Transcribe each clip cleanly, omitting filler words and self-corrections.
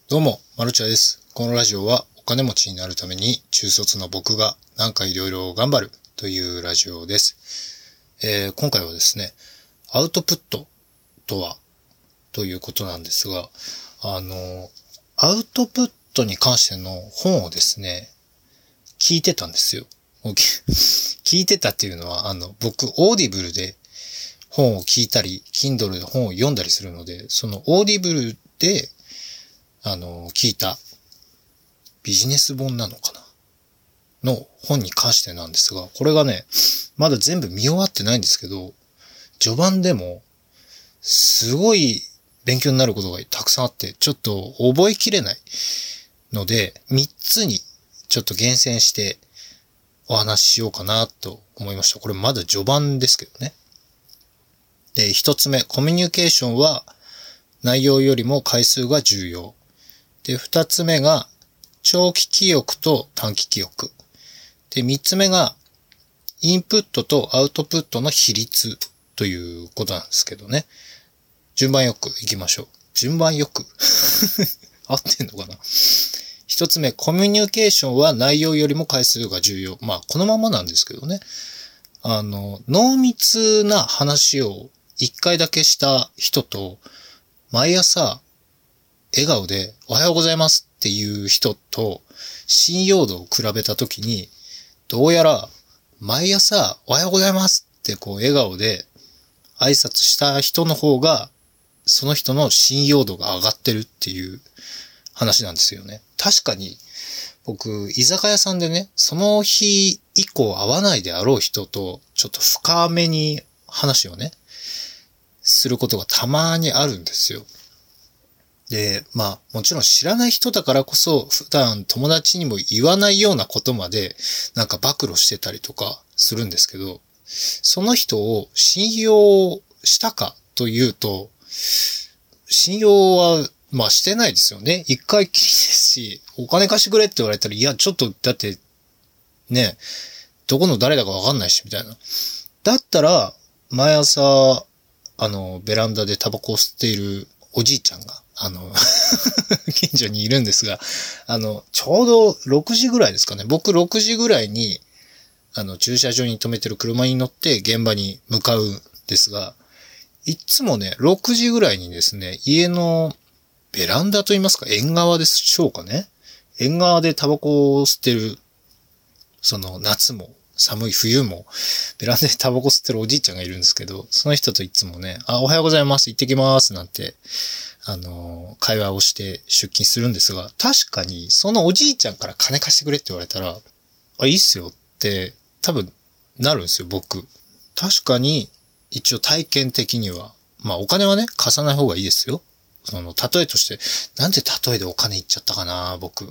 どうも、マルチャです。このラジオはお金持ちになるために中卒の僕がなんかいろいろ頑張るというラジオです。今回はですね、アウトプットとはということなんですが、アウトプットに関しての本をですね、聞いてたんですよ。聞いてたっていうのは、僕、オーディブルで本を聞いたり、Kindle で本を読んだりするので、そのオーディブルで聞いたビジネス本なのかなの本に関してなんですが、これがね、まだ全部見終わってないんですけど、序盤でもすごい勉強になることがたくさんあって、ちょっと覚えきれないので、3つにちょっと厳選してお話ししようかなと思いました。これまだ序盤ですけどね。で、1つ目、コミュニケーションは内容よりも回数が重要。で、二つ目が、長期記憶と短期記憶。で、三つ目が、インプットとアウトプットの比率ということなんですけどね。順番よく行きましょう。順番よく合ってんのかな。一つ目、コミュニケーションは内容よりも回数が重要。まあ、このままなんですけどね。濃密な話を一回だけした人と、毎朝、笑顔でおはようございますっていう人と信用度を比べたときに、どうやら毎朝おはようございますって笑顔で挨拶した人の方がその人の信用度が上がってるっていう話なんですよね。確かに僕居酒屋さんでね、その日以降会わないであろう人とちょっと深めに話をね、することがたまにあるんですよ。で、まあ、もちろん知らない人だからこそ、普段友達にも言わないようなことまで、なんか暴露してたりとかするんですけど、その人を信用したかというと、信用は、まあしてないですよね。一回きりですし、お金貸してくれって言われたら、いや、ちょっと、だって、ね、どこの誰だかわかんないし、みたいな。だったら、毎朝、ベランダでタバコを吸っているおじいちゃんが、近所にいるんですが、ちょうど6時ぐらいですかね。僕6時ぐらいに、駐車場に止めてる車に乗って現場に向かうんですが、いつもね、6時ぐらいにですね、家のベランダと言いますか、縁側でしょうかね。縁側でタバコを吸ってる、その夏も寒い冬も、ベランダでタバコ吸ってるおじいちゃんがいるんですけど、その人といつもね、おはようございます、行ってきます、なんて、会話をして出勤するんですが、確かにそのおじいちゃんから金貸してくれって言われたら、いいっすよって多分なるんですよ、僕。確かに一応体験的には、まあお金はね、貸さない方がいいですよ。例えとして、なんで例えでお金いっちゃったかな、僕。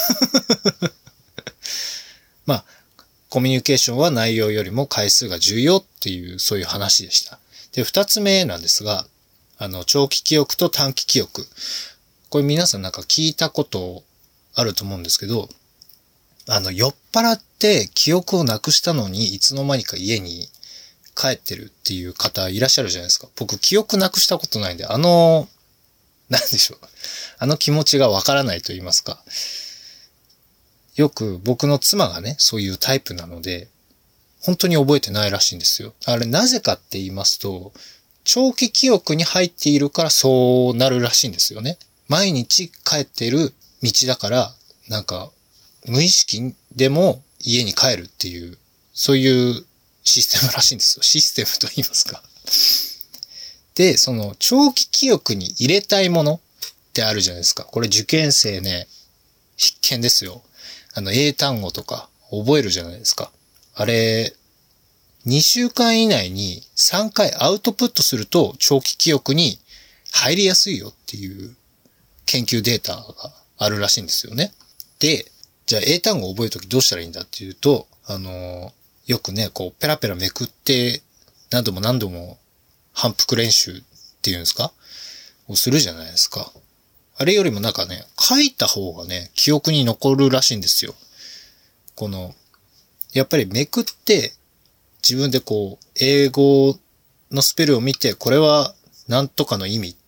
まあ、コミュニケーションは内容よりも回数が重要っていう、そういう話でした。で、二つ目なんですが、長期記憶と短期記憶。これ皆さんなんか聞いたことあると思うんですけど、酔っ払って記憶をなくしたのにいつの間にか家に帰ってるっていう方いらっしゃるじゃないですか。僕記憶なくしたことないんで、なんでしょう。気持ちがわからないと言いますか。よく僕の妻がね、そういうタイプなので、本当に覚えてないらしいんですよ。あれなぜかって言いますと、長期記憶に入っているからそうなるらしいんですよね。毎日帰っている道だから、なんか、無意識でも家に帰るっていう、そういうシステムらしいんですよ。システムと言いますか。で、その長期記憶に入れたいものってあるじゃないですか。これ受験生ね、必見ですよ。英単語とか覚えるじゃないですか。あれ、2週間以内に3回アウトプットすると長期記憶に入りやすいよっていう研究データがあるらしいんですよね。で、じゃあ英単語を覚えるときどうしたらいいんだっていうと、よくね、ペラペラめくって何度も何度も反復練習っていうんですかをするじゃないですか。あれよりもなんかね、書いた方がね、記憶に残るらしいんですよ。やっぱりめくって自分で英語のスペルを見て、これは何とかの意味っ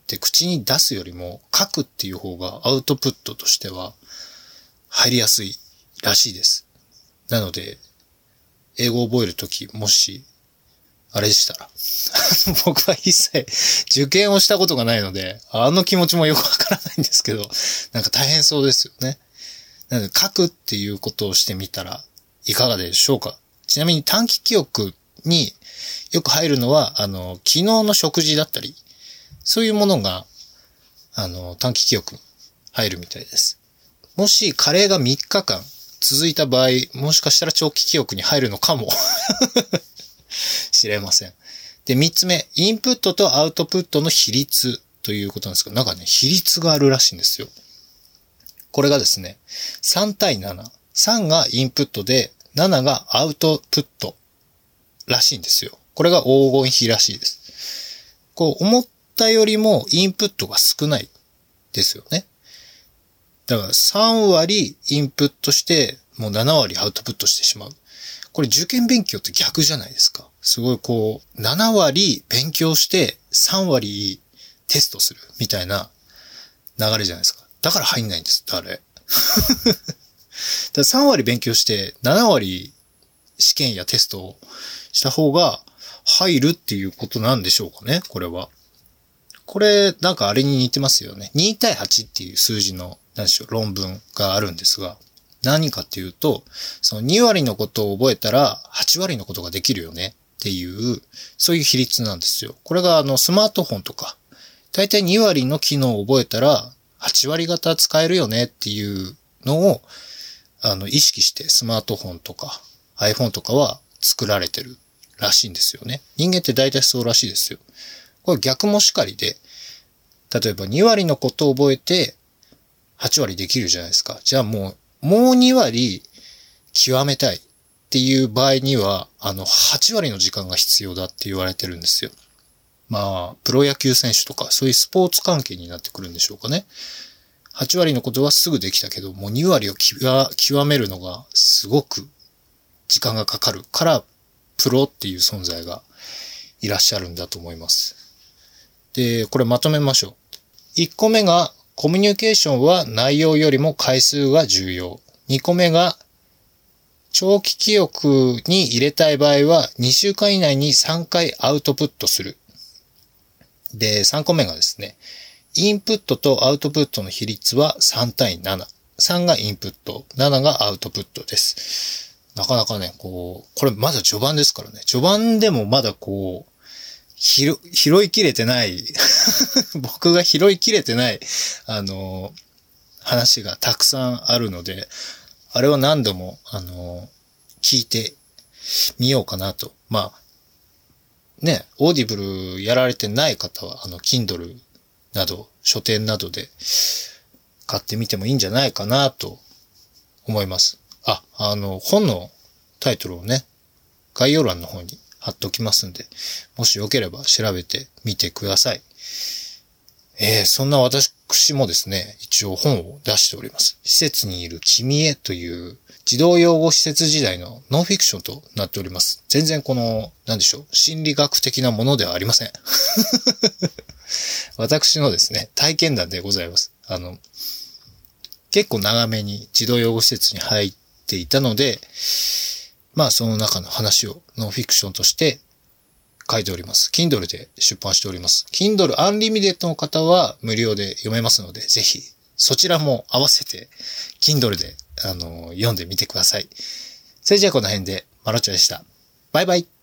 って口に出すよりも書くっていう方がアウトプットとしては入りやすいらしいです。なので、英語を覚えるとき、もし、あれでしたら、僕は一切受験をしたことがないので、あの気持ちもよくわからないんですけど、なんか大変そうですよね。なので書くっていうことをしてみたらいかがでしょうか。ちなみに短期記憶によく入るのは、昨日の食事だったり、そういうものが、短期記憶に入るみたいです。もしカレーが3日間続いた場合、もしかしたら長期記憶に入るのかもしれません。で、3つ目、インプットとアウトプットの比率ということなんですけど、なんかね、比率があるらしいんですよ。これがですね、3対7。3がインプットで、7がアウトプットらしいんですよ。これが黄金比らしいです。こう、思ったよりもインプットが少ないですよね。だから3割インプットして、もう7割アウトプットしてしまう。これ受験勉強って逆じゃないですか。すごいこう、7割勉強して3割テストするみたいな流れじゃないですか。だから入んないんです、あれ。だから3割勉強して7割試験やテストをした方が入るっていうことなんでしょうかね、これは。これ、なんかあれに似てますよね。2対8っていう数字の、何でしょう、論文があるんですが、何かっていうと、その2割のことを覚えたら8割のことができるよねっていう、そういう比率なんですよ。これがスマートフォンとか、だいたい2割の機能を覚えたら8割型使えるよねっていうのを、意識してスマートフォンとか iPhone とかは作られてるらしいんですよね。人間ってだいたいそうらしいですよ。これ逆もしかりで、例えば2割のことを覚えて8割できるじゃないですか。じゃあもう2割極めたいっていう場合には、8割の時間が必要だって言われてるんですよ。まあ、プロ野球選手とか、そういうスポーツ関係になってくるんでしょうかね。8割のことはすぐできたけど、もう2割を極めるのがすごく時間がかかるから、プロっていう存在がいらっしゃるんだと思います。で、これまとめましょう。1個目が、コミュニケーションは内容よりも回数が重要。2個目が、長期記憶に入れたい場合は2週間以内に3回アウトプットする。で、3個目がですね、インプットとアウトプットの比率は3対7。3がインプット、7がアウトプットです。なかなかね、これまだ序盤ですからね。序盤でもまだ拾いきれてない僕が拾いきれてない、話がたくさんあるので、あれを何度も、聞いてみようかなと。まあ、ね、オーディブルやられてない方は、Kindle など、書店などで買ってみてもいいんじゃないかなと思います。本のタイトルをね、概要欄の方に貼っておきますんで、もしよければ調べてみてください。そんな私もですね、一応本を出しております。施設にいる君へという児童養護施設時代のノンフィクションとなっております。全然なんでしょう、心理学的なものではありません。私のですね、体験談でございます。結構長めに児童養護施設に入っていたので、まあその中の話をノンフィクションとして書いております。Kindle で出版しております。Kindle Unlimited の方は無料で読めますので、ぜひそちらも合わせて Kindle で読んでみてください。それじゃあこの辺でマロッチョでした。バイバイ。